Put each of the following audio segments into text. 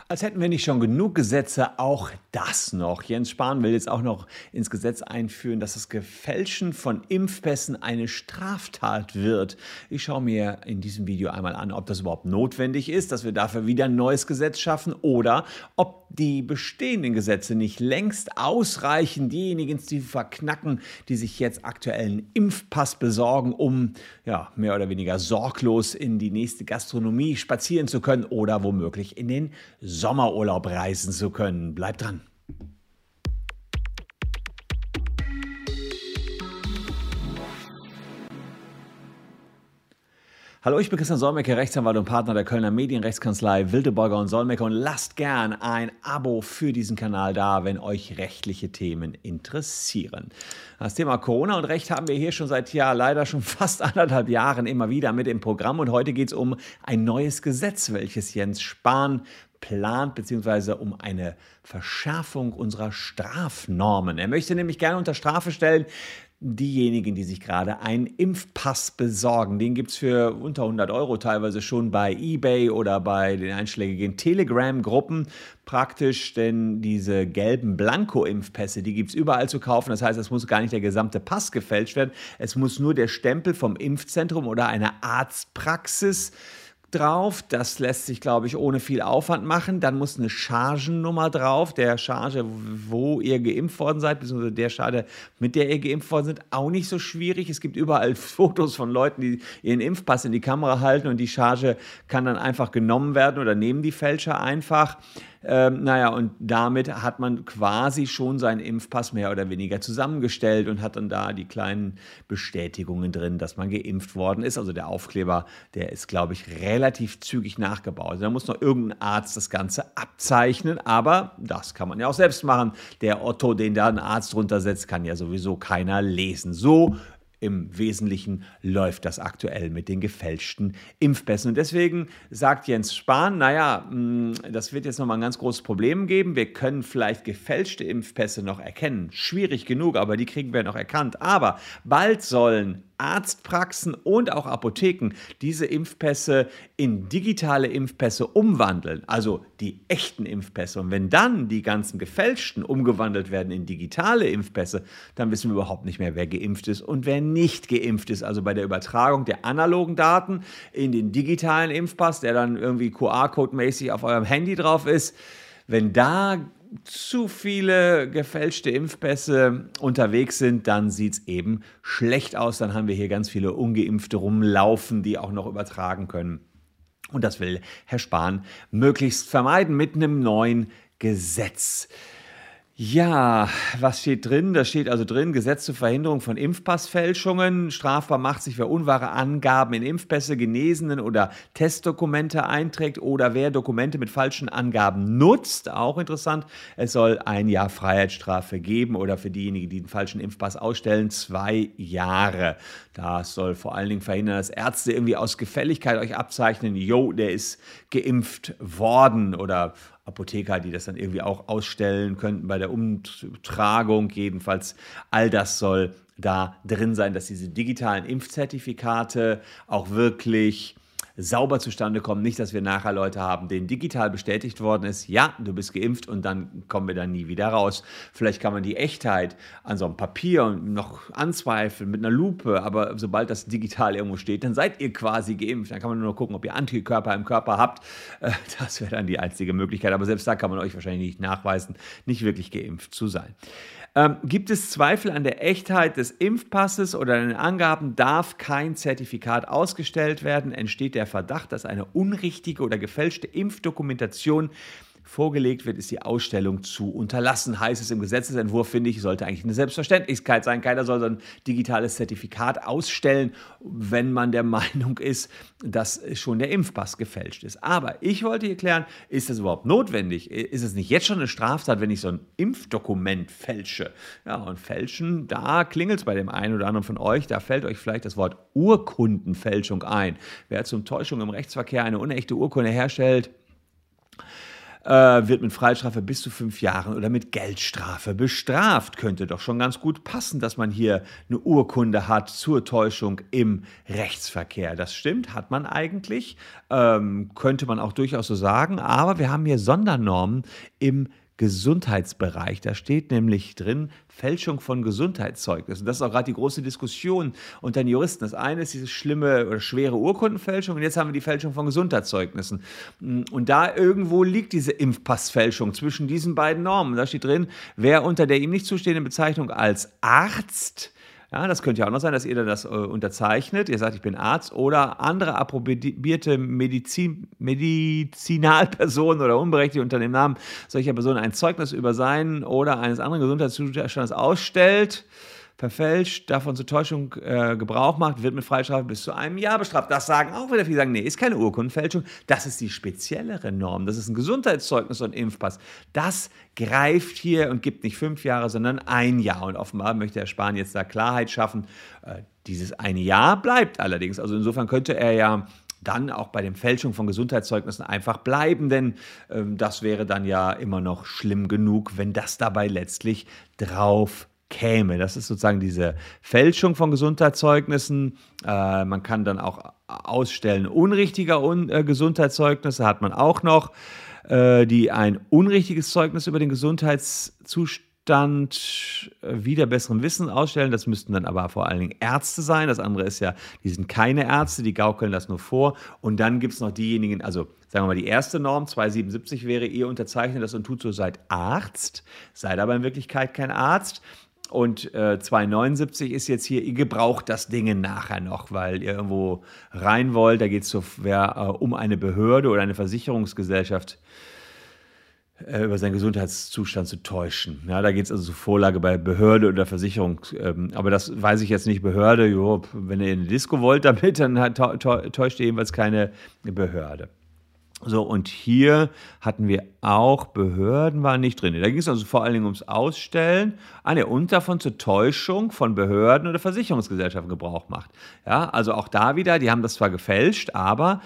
Als hätten wir nicht schon genug Gesetze, auch das noch. Jens Spahn will jetzt auch noch ins Gesetz einführen, dass das Gefälschen von Impfpässen eine Straftat wird. Ich schaue mir in diesem Video einmal an, ob das überhaupt notwendig ist, dass wir dafür wieder ein neues Gesetz schaffen oder ob die bestehenden Gesetze nicht längst ausreichen, diejenigen zu verknacken, die sich jetzt aktuell einen Impfpass besorgen, um mehr oder weniger sorglos in die nächste Gastronomie spazieren zu können oder womöglich in den Sommerurlaub reisen zu können. Bleibt dran. Hallo, ich bin Christian Solmecke, Rechtsanwalt und Partner der Kölner Medienrechtskanzlei Wildeborger und Solmecke und lasst gern ein Abo für diesen Kanal da, wenn euch rechtliche Themen interessieren. Das Thema Corona und Recht haben wir hier schon seit leider schon fast 1,5 Jahren immer wieder mit im Programm und heute geht es um ein neues Gesetz, welches Jens Spahn plant, beziehungsweise um eine Verschärfung unserer Strafnormen. Er möchte nämlich gerne unter Strafe stellen, diejenigen, die sich gerade einen Impfpass besorgen. Den gibt es für unter 100 € teilweise schon bei eBay oder bei den einschlägigen Telegram-Gruppen praktisch, denn diese gelben Blanko-Impfpässe, die gibt es überall zu kaufen. Das heißt, es muss gar nicht der gesamte Pass gefälscht werden. Es muss nur der Stempel vom Impfzentrum oder einer Arztpraxis drauf. Das lässt sich, glaube ich, ohne viel Aufwand machen. Dann muss eine Chargennummer drauf, der Charge, wo ihr geimpft worden seid, beziehungsweise der Charge, mit der ihr geimpft worden seid. Auch nicht so schwierig. Es gibt überall Fotos von Leuten, die ihren Impfpass in die Kamera halten und die Charge kann dann einfach genommen werden oder nehmen die Fälscher einfach. Und damit hat man quasi schon seinen Impfpass mehr oder weniger zusammengestellt und hat dann da die kleinen Bestätigungen drin, dass man geimpft worden ist. Also der Aufkleber, der ist, glaube ich, relativ zügig nachgebaut. Also da muss noch irgendein Arzt das Ganze abzeichnen, aber das kann man ja auch selbst machen. Der Otto, den da ein Arzt drunter setzt, kann ja sowieso keiner lesen. So im Wesentlichen läuft das aktuell mit den gefälschten Impfpässen. Und deswegen sagt Jens Spahn, das wird jetzt nochmal ein ganz großes Problem geben. Wir können vielleicht gefälschte Impfpässe noch erkennen. Schwierig genug, aber die kriegen wir noch erkannt. Aber bald sollen Arztpraxen und auch Apotheken diese Impfpässe in digitale Impfpässe umwandeln, also die echten Impfpässe. Und wenn dann die ganzen gefälschten umgewandelt werden in digitale Impfpässe, dann wissen wir überhaupt nicht mehr, wer geimpft ist und wer nicht geimpft ist. Also bei der Übertragung der analogen Daten in den digitalen Impfpass, der dann irgendwie QR-Code-mäßig auf eurem Handy drauf ist, wenn da zu viele gefälschte Impfpässe unterwegs sind, dann sieht es eben schlecht aus. Dann haben wir hier ganz viele Ungeimpfte rumlaufen, die auch noch übertragen können. Und das will Herr Spahn möglichst vermeiden mit einem neuen Gesetz. Ja, was steht drin? Da steht also drin, Gesetz zur Verhinderung von Impfpassfälschungen. Strafbar macht sich, wer unwahre Angaben in Impfpässe, Genesenen oder Testdokumente einträgt oder wer Dokumente mit falschen Angaben nutzt. Auch interessant, es soll 1 Jahr Freiheitsstrafe geben oder für diejenigen, die den falschen Impfpass ausstellen, 2 Jahre. Das soll vor allen Dingen verhindern, dass Ärzte irgendwie aus Gefälligkeit euch abzeichnen, der ist geimpft worden, oder Apotheker, die das dann irgendwie auch ausstellen könnten bei der Umtragung. Jedenfalls, all das soll da drin sein, dass diese digitalen Impfzertifikate auch wirklich sauber zustande kommen. Nicht, dass wir nachher Leute haben, denen digital bestätigt worden ist, ja, du bist geimpft und dann kommen wir da nie wieder raus. Vielleicht kann man die Echtheit an so einem Papier noch anzweifeln mit einer Lupe, aber sobald das digital irgendwo steht, dann seid ihr quasi geimpft. Dann kann man nur noch gucken, ob ihr Antikörper im Körper habt. Das wäre dann die einzige Möglichkeit, aber selbst da kann man euch wahrscheinlich nicht nachweisen, nicht wirklich geimpft zu sein. Gibt es Zweifel an der Echtheit des Impfpasses oder an den Angaben, darf kein Zertifikat ausgestellt werden, entsteht der Verdacht, dass eine unrichtige oder gefälschte Impfdokumentation vorgelegt wird, ist die Ausstellung zu unterlassen. Heißt es im Gesetzesentwurf, finde ich, sollte eigentlich eine Selbstverständlichkeit sein. Keiner soll so ein digitales Zertifikat ausstellen, wenn man der Meinung ist, dass schon der Impfpass gefälscht ist. Aber ich wollte hier klären, ist das überhaupt notwendig? Ist es nicht jetzt schon eine Straftat, wenn ich so ein Impfdokument fälsche? Ja, und fälschen, da klingelt es bei dem einen oder anderen von euch, da fällt euch vielleicht das Wort Urkundenfälschung ein. Wer zur Täuschung im Rechtsverkehr eine unechte Urkunde herstellt, wird mit Freiheitsstrafe bis zu 5 Jahren oder mit Geldstrafe bestraft. Könnte doch schon ganz gut passen, dass man hier eine Urkunde hat zur Täuschung im Rechtsverkehr. Das stimmt, hat man eigentlich, könnte man auch durchaus so sagen, aber wir haben hier Sondernormen im Gesundheitsbereich. Da steht nämlich drin, Fälschung von Gesundheitszeugnissen. Das ist auch gerade die große Diskussion unter den Juristen. Das eine ist diese schlimme oder schwere Urkundenfälschung und jetzt haben wir die Fälschung von Gesundheitszeugnissen. Und da irgendwo liegt diese Impfpassfälschung zwischen diesen beiden Normen. Da steht drin, wer unter der ihm nicht zustehenden Bezeichnung als Arzt, ja, das könnte ja auch noch sein, dass ihr dann das unterzeichnet. Ihr sagt, ich bin Arzt oder andere approbierte Medizinalpersonen oder Unberechtigte unter dem Namen solcher Personen ein Zeugnis über seinen oder eines anderen Gesundheitszustandes ausstellt, verfälscht, davon zur Täuschung Gebrauch macht, wird mit Freiheitsstrafe bis zu einem Jahr bestraft. Das sagen auch wieder viele, sagen, nee, ist keine Urkundenfälschung, das ist die speziellere Norm, das ist ein Gesundheitszeugnis und Impfpass. Das greift hier und gibt nicht 5 Jahre, sondern 1 Jahr. Und offenbar möchte Herr Spahn jetzt da Klarheit schaffen. Dieses 1 Jahr bleibt allerdings. Also insofern könnte er ja dann auch bei der Fälschung von Gesundheitszeugnissen einfach bleiben, denn das wäre dann ja immer noch schlimm genug, wenn das dabei letztlich drauf käme. Das ist sozusagen diese Fälschung von Gesundheitszeugnissen. Man kann dann auch ausstellen unrichtiger Gesundheitszeugnisse, hat man auch noch, die ein unrichtiges Zeugnis über den Gesundheitszustand wider besseren Wissen ausstellen. Das müssten dann aber vor allen Dingen Ärzte sein. Das andere ist ja, die sind keine Ärzte, die gaukeln das nur vor. Und dann gibt es noch diejenigen, also sagen wir mal, die erste Norm, 277 wäre, ihr unterzeichnet das und tut so, seid Arzt, seid aber in Wirklichkeit kein Arzt. Und 279 ist jetzt hier, ihr gebraucht das Ding nachher noch, weil ihr irgendwo rein wollt. Da geht es um eine Behörde oder eine Versicherungsgesellschaft über seinen Gesundheitszustand zu täuschen. Ja, da geht es also zur Vorlage bei Behörde oder Versicherung. Aber das weiß ich jetzt nicht, Behörde. Jo, wenn ihr in eine Disco wollt damit, dann täuscht ihr jedenfalls keine Behörde. So, und hier hatten wir auch, Behörden waren nicht drin. Da ging es also vor allen Dingen ums Ausstellen, und davon zur Täuschung von Behörden oder Versicherungsgesellschaften Gebrauch macht. Ja, also auch da wieder, die haben das zwar gefälscht, aber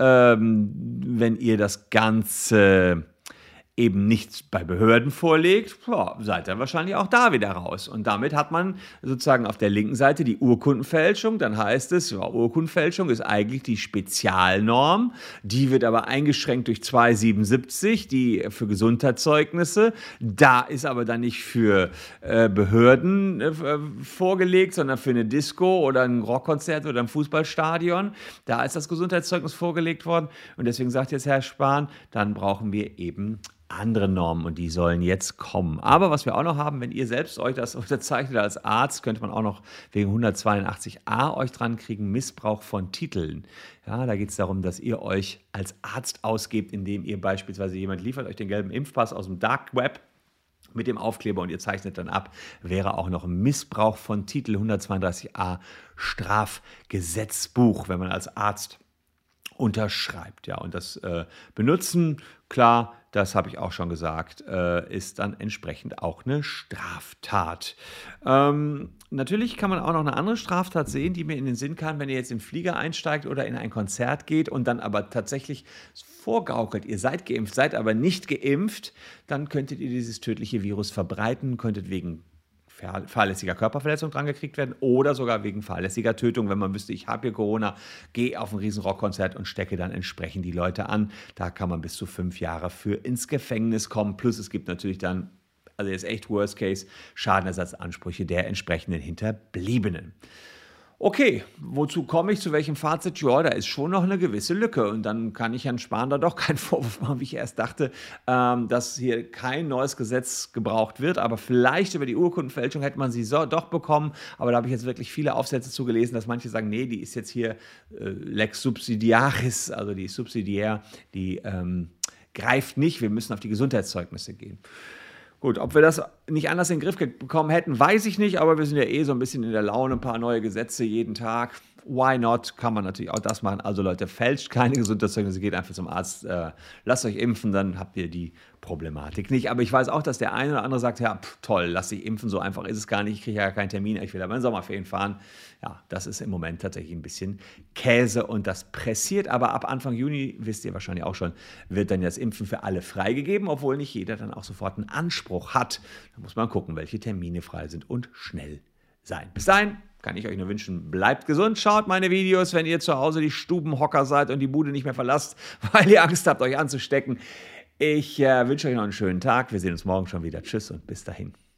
wenn ihr das Ganze eben nicht bei Behörden vorlegt, seid ihr wahrscheinlich auch da wieder raus. Und damit hat man sozusagen auf der linken Seite die Urkundenfälschung. Dann heißt es, Urkundenfälschung ist eigentlich die Spezialnorm. Die wird aber eingeschränkt durch 277, die für Gesundheitszeugnisse. Da ist aber dann nicht für Behörden vorgelegt, sondern für eine Disco oder ein Rockkonzert oder ein Fußballstadion. Da ist das Gesundheitszeugnis vorgelegt worden. Und deswegen sagt jetzt Herr Spahn, dann brauchen wir eben andere Normen und die sollen jetzt kommen. Aber was wir auch noch haben, wenn ihr selbst euch das unterzeichnet als Arzt, könnte man auch noch wegen 182a euch dran kriegen, Missbrauch von Titeln. Ja, da geht es darum, dass ihr euch als Arzt ausgebt, indem ihr beispielsweise, jemand liefert euch den gelben Impfpass aus dem Dark Web mit dem Aufkleber und ihr zeichnet dann ab, wäre auch noch ein Missbrauch von Titel 132a Strafgesetzbuch, wenn man als Arzt unterschreibt. Ja, und das Benutzen, klar, das habe ich auch schon gesagt, ist dann entsprechend auch eine Straftat. Natürlich kann man auch noch eine andere Straftat sehen, die mir in den Sinn kam, wenn ihr jetzt in den Flieger einsteigt oder in ein Konzert geht und dann aber tatsächlich vorgaukelt, ihr seid geimpft, seid aber nicht geimpft, dann könntet ihr dieses tödliche Virus verbreiten, könntet wegen fahrlässiger Körperverletzung drangekriegt werden oder sogar wegen fahrlässiger Tötung, wenn man wüsste, ich habe hier Corona, gehe auf ein Riesenrockkonzert und stecke dann entsprechend die Leute an. Da kann man bis zu 5 Jahre für ins Gefängnis kommen. Plus es gibt natürlich dann, also jetzt echt Worst Case, Schadenersatzansprüche der entsprechenden Hinterbliebenen. Okay, wozu komme ich, zu welchem Fazit? Ja, da ist schon noch eine gewisse Lücke und dann kann ich Herrn Spahn da doch keinen Vorwurf machen, wie ich erst dachte, dass hier kein neues Gesetz gebraucht wird, aber vielleicht über die Urkundenfälschung hätte man sie doch bekommen, aber da habe ich jetzt wirklich viele Aufsätze zugelesen, dass manche sagen, nee, die ist jetzt hier Lex Subsidiaris, also die ist subsidiär, die greift nicht, wir müssen auf die Gesundheitszeugnisse gehen. Gut, ob wir das nicht anders in den Griff bekommen hätten, weiß ich nicht, aber wir sind ja eh so ein bisschen in der Laune, ein paar neue Gesetze jeden Tag. Why not? Kann man natürlich auch das machen. Also Leute, fälscht keine Gesundheitszeugnisse, geht einfach zum Arzt, lasst euch impfen, dann habt ihr die Problematik nicht. Aber ich weiß auch, dass der eine oder andere sagt, ja, toll, lass dich impfen, so einfach ist es gar nicht, ich kriege ja keinen Termin, ich will aber in Sommerferien fahren. Ja, das ist im Moment tatsächlich ein bisschen Käse und das pressiert, aber ab Anfang Juni, wisst ihr wahrscheinlich auch schon, wird dann das Impfen für alle freigegeben, obwohl nicht jeder dann auch sofort einen Anspruch hat. Da muss man gucken, welche Termine frei sind und schnell sein. Bis dahin kann ich euch nur wünschen, bleibt gesund, schaut meine Videos, wenn ihr zu Hause die Stubenhocker seid und die Bude nicht mehr verlasst, weil ihr Angst habt, euch anzustecken. Ich wünsche euch noch einen schönen Tag. Wir sehen uns morgen schon wieder. Tschüss und bis dahin.